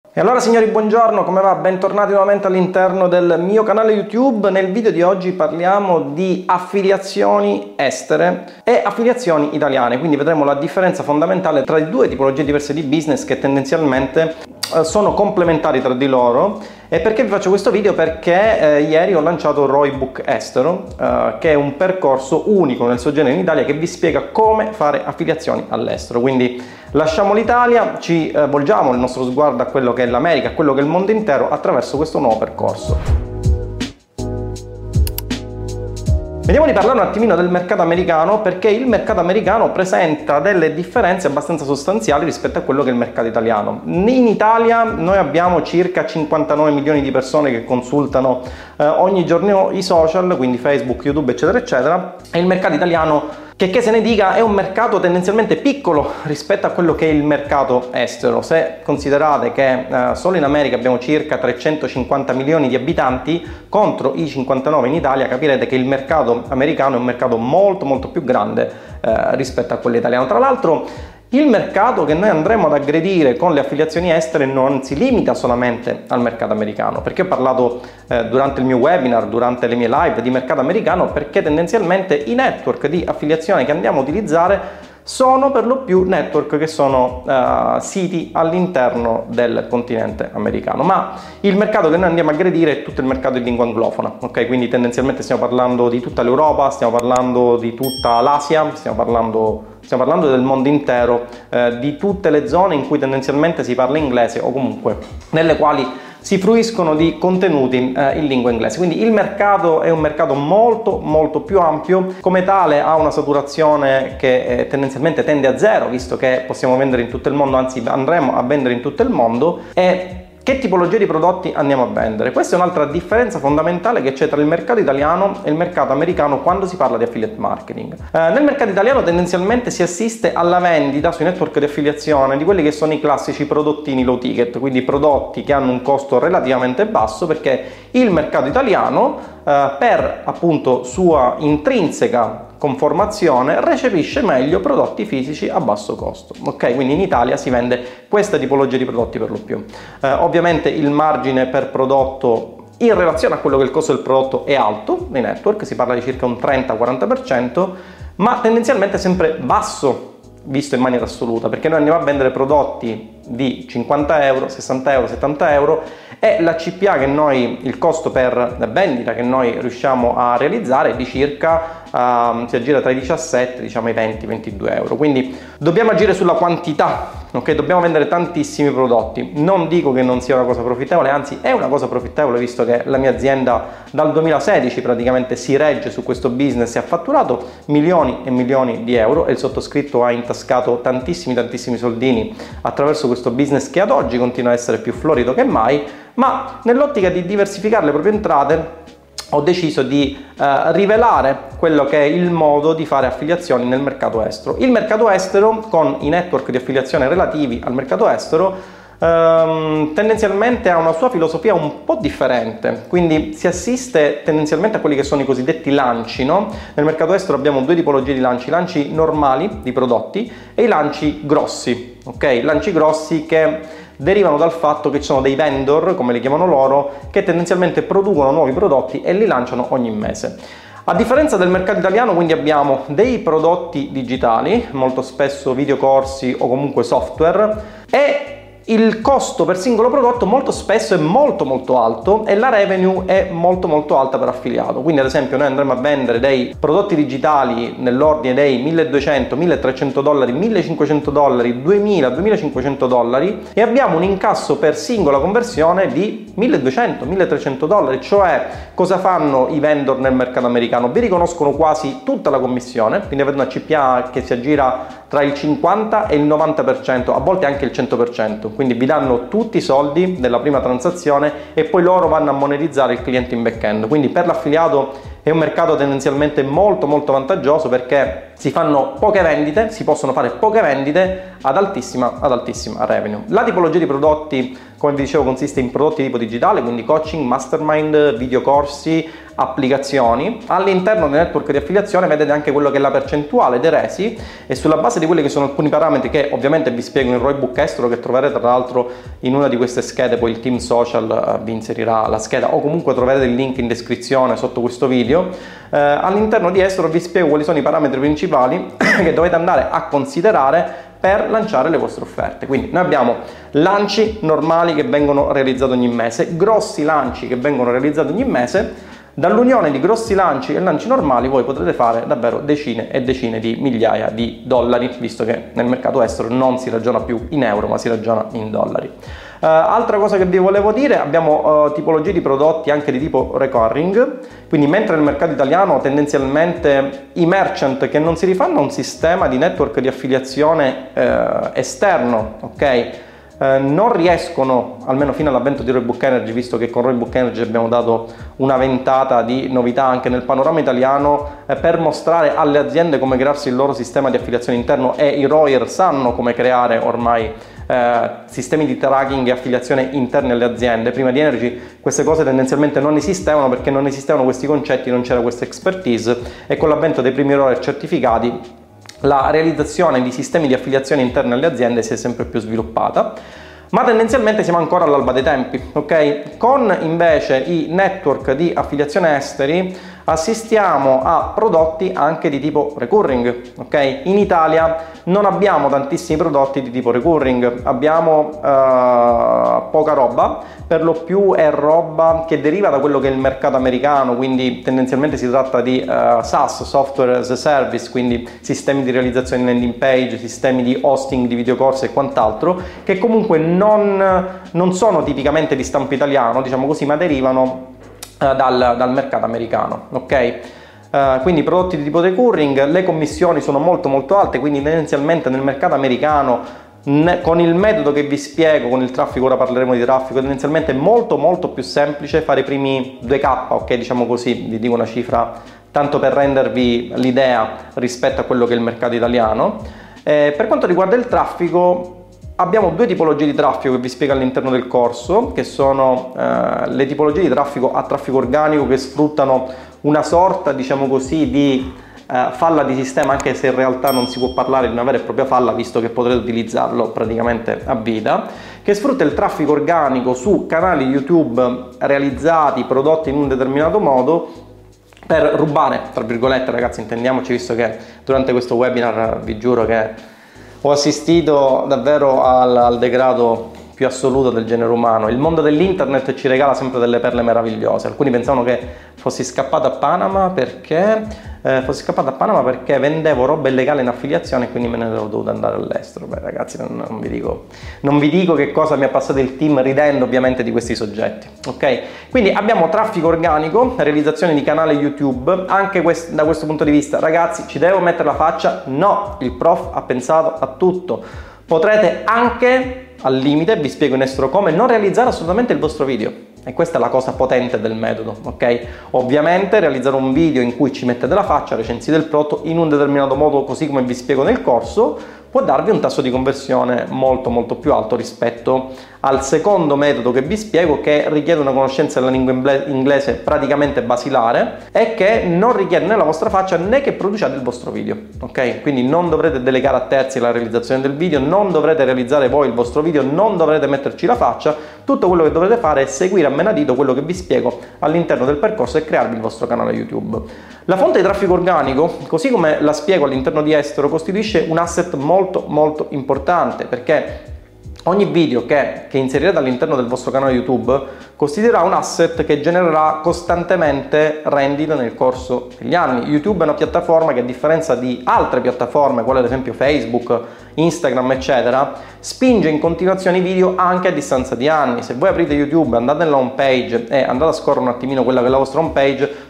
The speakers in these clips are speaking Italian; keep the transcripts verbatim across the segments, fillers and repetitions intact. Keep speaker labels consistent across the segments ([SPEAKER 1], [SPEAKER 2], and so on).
[SPEAKER 1] E allora signori, buongiorno, come va? Bentornati nuovamente all'interno del mio canale YouTube. Nel video di oggi parliamo di affiliazioni estere e affiliazioni italiane, quindi vedremo la differenza fondamentale tra le due tipologie diverse di business che tendenzialmente eh, sono complementari tra di loro. E perché vi faccio questo video? Perché eh, ieri ho lanciato Roybook Estero, eh, che è un percorso unico nel suo genere in Italia che vi spiega come fare affiliazioni all'estero. Quindi lasciamo l'Italia, ci eh, volgiamo il nostro sguardo a quello che è l'America, a quello che è il mondo intero attraverso questo nuovo percorso. Vediamo di parlare un attimino del mercato americano, perché il mercato americano presenta delle differenze abbastanza sostanziali rispetto a quello che è il mercato italiano. In Italia noi abbiamo circa cinquantanove milioni di persone che consultano eh, ogni giorno i social, quindi Facebook, YouTube, eccetera, eccetera, e il mercato italiano, che che se ne dica, è un mercato tendenzialmente piccolo rispetto a quello che è il mercato estero. Se considerate che eh, solo in America abbiamo circa trecentocinquanta milioni di abitanti contro i cinquantanove in Italia, capirete che il mercato americano è un mercato molto molto più grande eh, rispetto a quello italiano. Tra l'altro il mercato che noi andremo ad aggredire con le affiliazioni estere non si limita solamente al mercato americano, perché ho parlato eh, durante il mio webinar, durante le mie live di mercato americano, perché tendenzialmente i network di affiliazione che andiamo a utilizzare sono per lo più network che sono uh, siti all'interno del continente americano, ma il mercato che noi andiamo a aggredire è tutto il mercato in lingua anglofona, ok? Quindi tendenzialmente stiamo parlando di tutta l'Europa, stiamo parlando di tutta l'Asia, stiamo parlando Stiamo parlando del mondo intero, eh, di tutte le zone in cui tendenzialmente si parla inglese o comunque nelle quali si fruiscono di contenuti eh, in lingua inglese. Quindi il mercato è un mercato molto molto più ampio, come tale ha una saturazione che eh, tendenzialmente tende a zero, visto che possiamo vendere in tutto il mondo, anzi andremo a vendere in tutto il mondo. E che tipologia di prodotti andiamo a vendere? Questa è un'altra differenza fondamentale che c'è tra il mercato italiano e il mercato americano quando si parla di affiliate marketing. Eh, nel mercato italiano tendenzialmente si assiste alla vendita sui network di affiliazione di quelli che sono i classici prodottini low ticket, quindi prodotti che hanno un costo relativamente basso, perché il mercato italiano eh, per appunto sua intrinseca conformazione recepisce meglio prodotti fisici a basso costo, ok? Quindi in Italia si vende questa tipologia di prodotti per lo più. Eh, ovviamente il margine per prodotto in relazione a quello che è il costo del prodotto è alto nei network, si parla di circa un trenta quaranta per cento, ma tendenzialmente sempre basso visto in maniera assoluta, perché noi andiamo a vendere prodotti di cinquanta euro, sessanta euro, settanta euro, e la C P A che noi, il costo per vendita che noi riusciamo a realizzare è di circa Uh, si aggira tra i diciassette, diciamo i venti ventidue euro. Quindi dobbiamo agire sulla quantità, ok? Dobbiamo vendere tantissimi prodotti. Non dico che non sia una cosa profittevole, anzi è una cosa profittevole, visto che la mia azienda dal duemilasedici praticamente si regge su questo business e ha fatturato milioni e milioni di euro, e il sottoscritto ha intascato tantissimi tantissimi soldini attraverso questo business che ad oggi continua a essere più florido che mai. Ma nell'ottica di diversificare le proprie entrate ho deciso di eh, rivelare quello che è il modo di fare affiliazioni nel mercato estero. Il mercato estero, con i network di affiliazione relativi al mercato estero, ehm, tendenzialmente ha una sua filosofia un po' differente, quindi si assiste tendenzialmente a quelli che sono i cosiddetti lanci, no? Nel mercato estero abbiamo due tipologie di lanci, i lanci normali di prodotti e i lanci grossi, ok? Lanci grossi che derivano dal fatto che ci sono dei vendor, come li chiamano loro, che tendenzialmente producono nuovi prodotti e li lanciano ogni mese. A differenza del mercato italiano, quindi abbiamo dei prodotti digitali, molto spesso videocorsi o comunque software, e il costo per singolo prodotto molto spesso è molto molto alto e la revenue è molto molto alta per affiliato. Quindi ad esempio noi andremo a vendere dei prodotti digitali nell'ordine dei milleduecento milletrecento dollari, millecinquecento dollari, duemila duemilacinquecento dollari, e abbiamo un incasso per singola conversione di milleduecento milletrecento dollari. Cioè, cosa fanno i vendor nel mercato americano? Vi riconoscono quasi tutta la commissione, quindi avete una C P A che si aggira tra il cinquanta e il novanta per cento, a volte anche il cento per cento. Quindi vi danno tutti i soldi della prima transazione e poi loro vanno a monetizzare il cliente in back-end. Quindi per l'affiliato è un mercato tendenzialmente molto molto vantaggioso, perché si fanno poche vendite, si possono fare poche vendite ad altissima, ad altissima revenue. La tipologia di prodotti come vi dicevo consiste in prodotti tipo digitale, quindi coaching, mastermind, videocorsi, applicazioni. All'interno del network di affiliazione vedete anche quello che è la percentuale dei resi, e sulla base di quelli che sono alcuni parametri che ovviamente vi spiego in Roybook Estero, che troverete tra l'altro in una di queste schede, poi il team social vi inserirà la scheda o comunque troverete il link in descrizione sotto questo video. Eh, all'interno di Estero vi spiego quali sono i parametri principali che dovete andare a considerare per lanciare le vostre offerte. Quindi noi abbiamo lanci normali che vengono realizzati ogni mese, grossi lanci che vengono realizzati ogni mese. Dall'unione di grossi lanci e lanci normali voi potrete fare davvero decine e decine di migliaia di dollari, visto che nel mercato estero non si ragiona più in euro ma si ragiona in dollari. Uh, altra cosa che vi volevo dire, abbiamo uh, tipologie di prodotti anche di tipo recurring, quindi mentre nel mercato italiano tendenzialmente i merchant che non si rifanno a un sistema di network di affiliazione uh, esterno, ok? Eh, non riescono, almeno fino all'avvento di Roybook Energy, visto che con Roybook Energy abbiamo dato una ventata di novità anche nel panorama italiano, eh, per mostrare alle aziende come crearsi il loro sistema di affiliazione interno, e i Royer sanno come creare ormai eh, sistemi di tracking e affiliazione interni alle aziende. Prima di Energy queste cose tendenzialmente non esistevano, perché non esistevano questi concetti, non c'era questa expertise, e con l'avvento dei primi Royer certificati la realizzazione di sistemi di affiliazione interne alle aziende si è sempre più sviluppata, ma tendenzialmente siamo ancora all'alba dei tempi, ok? Con invece i network di affiliazione esteri assistiamo a prodotti anche di tipo recurring, ok? In Italia non abbiamo tantissimi prodotti di tipo recurring, abbiamo uh, poca roba, per lo più è roba che deriva da quello che è il mercato americano, quindi tendenzialmente si tratta di uh, SaaS, Software as a Service, quindi sistemi di realizzazione landing page, sistemi di hosting di videocorsi e quant'altro, che comunque non, non sono tipicamente di stampo italiano, diciamo così, ma derivano Dal, dal mercato americano, ok? Uh, quindi prodotti di tipo recurring, le commissioni sono molto molto alte, quindi tendenzialmente nel mercato americano ne, con il metodo che vi spiego, con il traffico, ora parleremo di traffico, tendenzialmente è molto molto più semplice fare i primi due K, ok? Diciamo così, vi dico una cifra tanto per rendervi l'idea rispetto a quello che è il mercato italiano. Eh, per quanto riguarda il traffico, abbiamo due tipologie di traffico che vi spiego all'interno del corso, che sono eh, le tipologie di traffico a traffico organico, che sfruttano una sorta, diciamo così, di eh, falla di sistema, anche se in realtà non si può parlare di una vera e propria falla, visto che potrete utilizzarlo praticamente a vita, che sfrutta il traffico organico su canali YouTube realizzati, prodotti in un determinato modo, per rubare, tra virgolette, ragazzi, intendiamoci, visto che durante questo webinar vi giuro che ho assistito davvero al, al degrado più assoluto del genere umano. Il mondo dell'internet ci regala sempre delle perle meravigliose. Alcuni pensavano che fossi scappato a Panama perché eh, fossi scappato a Panama perché vendevo roba illegale in affiliazione e quindi me ne ero dovuto andare all'estero. Beh, ragazzi, non, non vi dico non vi dico che cosa mi ha passato il team ridendo ovviamente di questi soggetti, ok? Quindi abbiamo traffico organico, realizzazione di canale YouTube. Anche quest- da questo punto di vista, ragazzi, ci devo mettere la faccia? No, il prof ha pensato a tutto. Potrete anche, al limite, vi spiego in estero come, non realizzare assolutamente il vostro video, e questa è la cosa potente del metodo, ok? Ovviamente realizzare un video in cui ci mettete la faccia, recensite il prodotto in un determinato modo, così come vi spiego nel corso, può darvi un tasso di conversione molto molto più alto rispetto al secondo metodo che vi spiego, che richiede una conoscenza della lingua inglese praticamente basilare e che non richiede né la vostra faccia né che produciate il vostro video, ok? Quindi non dovrete delegare a terzi la realizzazione del video, non dovrete realizzare voi il vostro video, non dovrete metterci la faccia. Tutto quello che dovrete fare è seguire a menadito quello che vi spiego all'interno del percorso e crearvi il vostro canale YouTube. La fonte di traffico organico, così come la spiego all'interno di Estero, costituisce un asset molto molto importante, perché ogni video che, che inserirete all'interno del vostro canale YouTube costituirà un asset che genererà costantemente rendite nel corso degli anni. YouTube è una piattaforma che, a differenza di altre piattaforme, quale ad esempio Facebook, Instagram, eccetera, spinge in continuazione i video anche a distanza di anni. Se voi aprite YouTube, andate nella home page e andate a scorrere un attimino quella che è la vostra home page,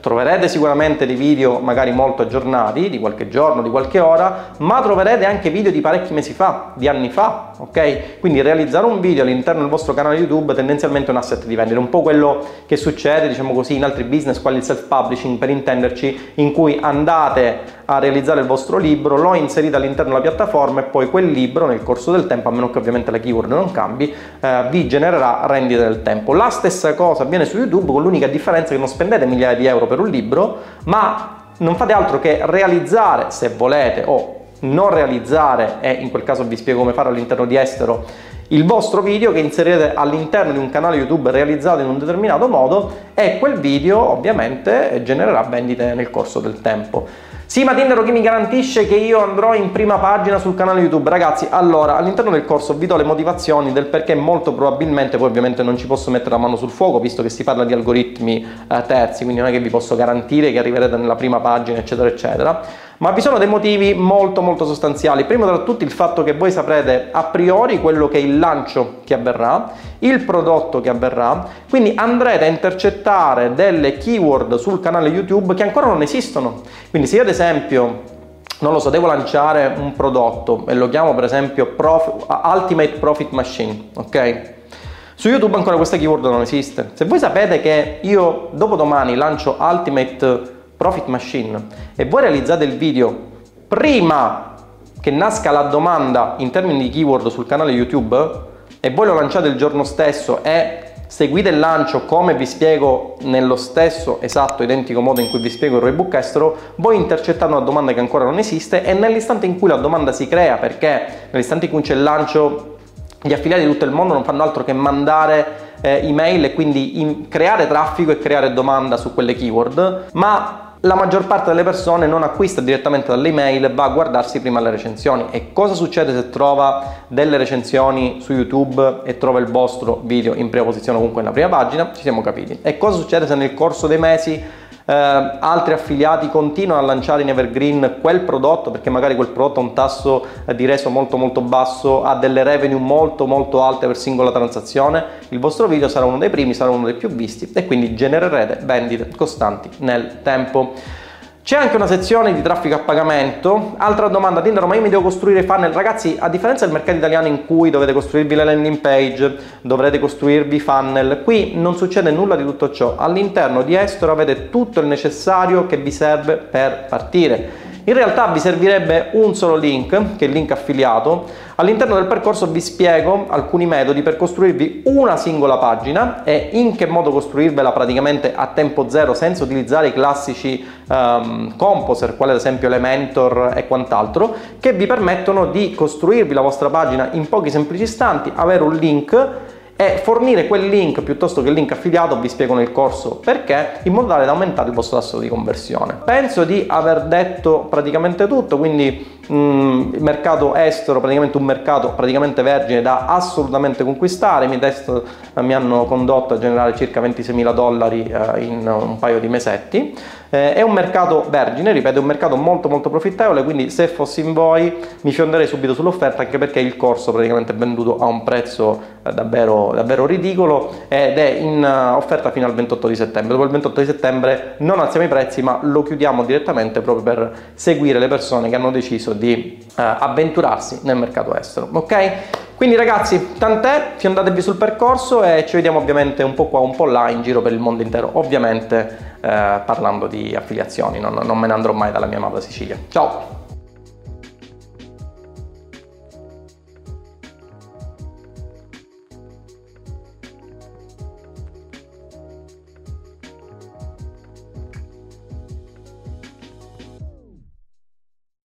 [SPEAKER 1] troverete sicuramente dei video magari molto aggiornati, di qualche giorno, di qualche ora, ma troverete anche video di parecchi mesi fa, di anni fa, ok? Quindi realizzare un video all'interno del vostro canale YouTube tendenzialmente è un asset di vendita, un po' quello che succede, diciamo così, in altri business, quali il self-publishing, per intenderci, in cui andate a realizzare il vostro libro, lo inserite all'interno della piattaforma e poi quel libro nel corso del tempo, a meno che ovviamente la keyword non cambi, eh, vi genererà rendite del tempo. La stessa cosa avviene su YouTube, con l'unica differenza che non spendete migliaia di euro per un libro, ma non fate altro che realizzare, se volete, o non realizzare, e in quel caso vi spiego come fare all'interno di Estero, il vostro video che inserirete all'interno di un canale YouTube realizzato in un determinato modo, e quel video ovviamente genererà vendite nel corso del tempo. Sì, ma Tindaro, chi mi garantisce che io andrò in prima pagina sul canale YouTube? Ragazzi, allora, all'interno del corso vi do le motivazioni del perché molto probabilmente, poi ovviamente non ci posso mettere la mano sul fuoco, visto che si parla di algoritmi eh, terzi, quindi non è che vi posso garantire che arriverete nella prima pagina, eccetera, eccetera. Ma vi sono dei motivi molto molto sostanziali. Primo tra tutti il fatto che voi saprete a priori quello che è il lancio che avverrà, il prodotto che avverrà, quindi andrete a intercettare delle keyword sul canale YouTube che ancora non esistono. Quindi se io ad esempio, non lo so, devo lanciare un prodotto e lo chiamo per esempio Prof, Ultimate Profit Machine, ok? Su YouTube ancora questa keyword non esiste. Se voi sapete che io dopodomani lancio Ultimate Profit Machine e voi realizzate il video prima che nasca la domanda in termini di keyword sul canale YouTube e voi lo lanciate il giorno stesso e seguite il lancio come vi spiego nello stesso esatto identico modo in cui vi spiego il Roybook Estero, voi intercettate una domanda che ancora non esiste, e nell'istante in cui la domanda si crea, perché nell'istante in cui c'è il lancio, gli affiliati di tutto il mondo non fanno altro che mandare eh, email e quindi in, creare traffico e creare domanda su quelle keyword, ma la maggior parte delle persone non acquista direttamente dalle email, va a guardarsi prima le recensioni. E cosa succede se trova delle recensioni su YouTube e trova il vostro video in prima posizione, comunque nella prima pagina? Ci siamo capiti. E cosa succede se nel corso dei mesi eh, altri affiliati continuano a lanciare in evergreen quel prodotto, perché magari quel prodotto ha un tasso eh, di reso molto molto basso, ha delle revenue molto molto alte per singola transazione? Il vostro video sarà uno dei primi, sarà uno dei più visti e quindi genererete vendite costanti nel tempo. C'è anche una sezione di traffico a pagamento. Altra domanda: Tindaro, ma io mi devo costruire funnel? Ragazzi, a differenza del mercato italiano in cui dovete costruirvi le landing page, dovrete costruirvi funnel, qui non succede nulla di tutto ciò. All'interno di Estero avete tutto il necessario che vi serve per partire. In realtà vi servirebbe un solo link, che è il link affiliato. All'interno del percorso vi spiego alcuni metodi per costruirvi una singola pagina e in che modo costruirvela praticamente a tempo zero, senza utilizzare i classici um, composer, quali ad esempio Elementor e quant'altro, che vi permettono di costruirvi la vostra pagina in pochi semplici istanti, avere un link e fornire quel link piuttosto che il link affiliato. Vi spiego nel corso perché, in modo tale da aumentare il vostro tasso di conversione. Penso di aver detto praticamente tutto, quindi mh, il mercato estero, praticamente un mercato praticamente vergine da assolutamente conquistare. I miei test eh, mi hanno condotto a generare circa ventiseimila dollari eh, in un paio di mesetti. Eh, è un mercato vergine, ripeto, è un mercato molto molto profittevole, quindi se fossi in voi mi fionderei subito sull'offerta, anche perché il corso praticamente è venduto a un prezzo eh, davvero, davvero ridicolo ed è in uh, offerta fino al ventotto di settembre. Dopo il ventotto di settembre non alziamo i prezzi, ma lo chiudiamo direttamente proprio per seguire le persone che hanno deciso di uh, avventurarsi nel mercato estero, ok? Quindi ragazzi, tant'è, fiondatevi sul percorso e ci vediamo ovviamente un po' qua, un po' là, in giro per il mondo intero, ovviamente eh, parlando di affiliazioni, non, non me ne andrò mai dalla mia amata Sicilia. Ciao!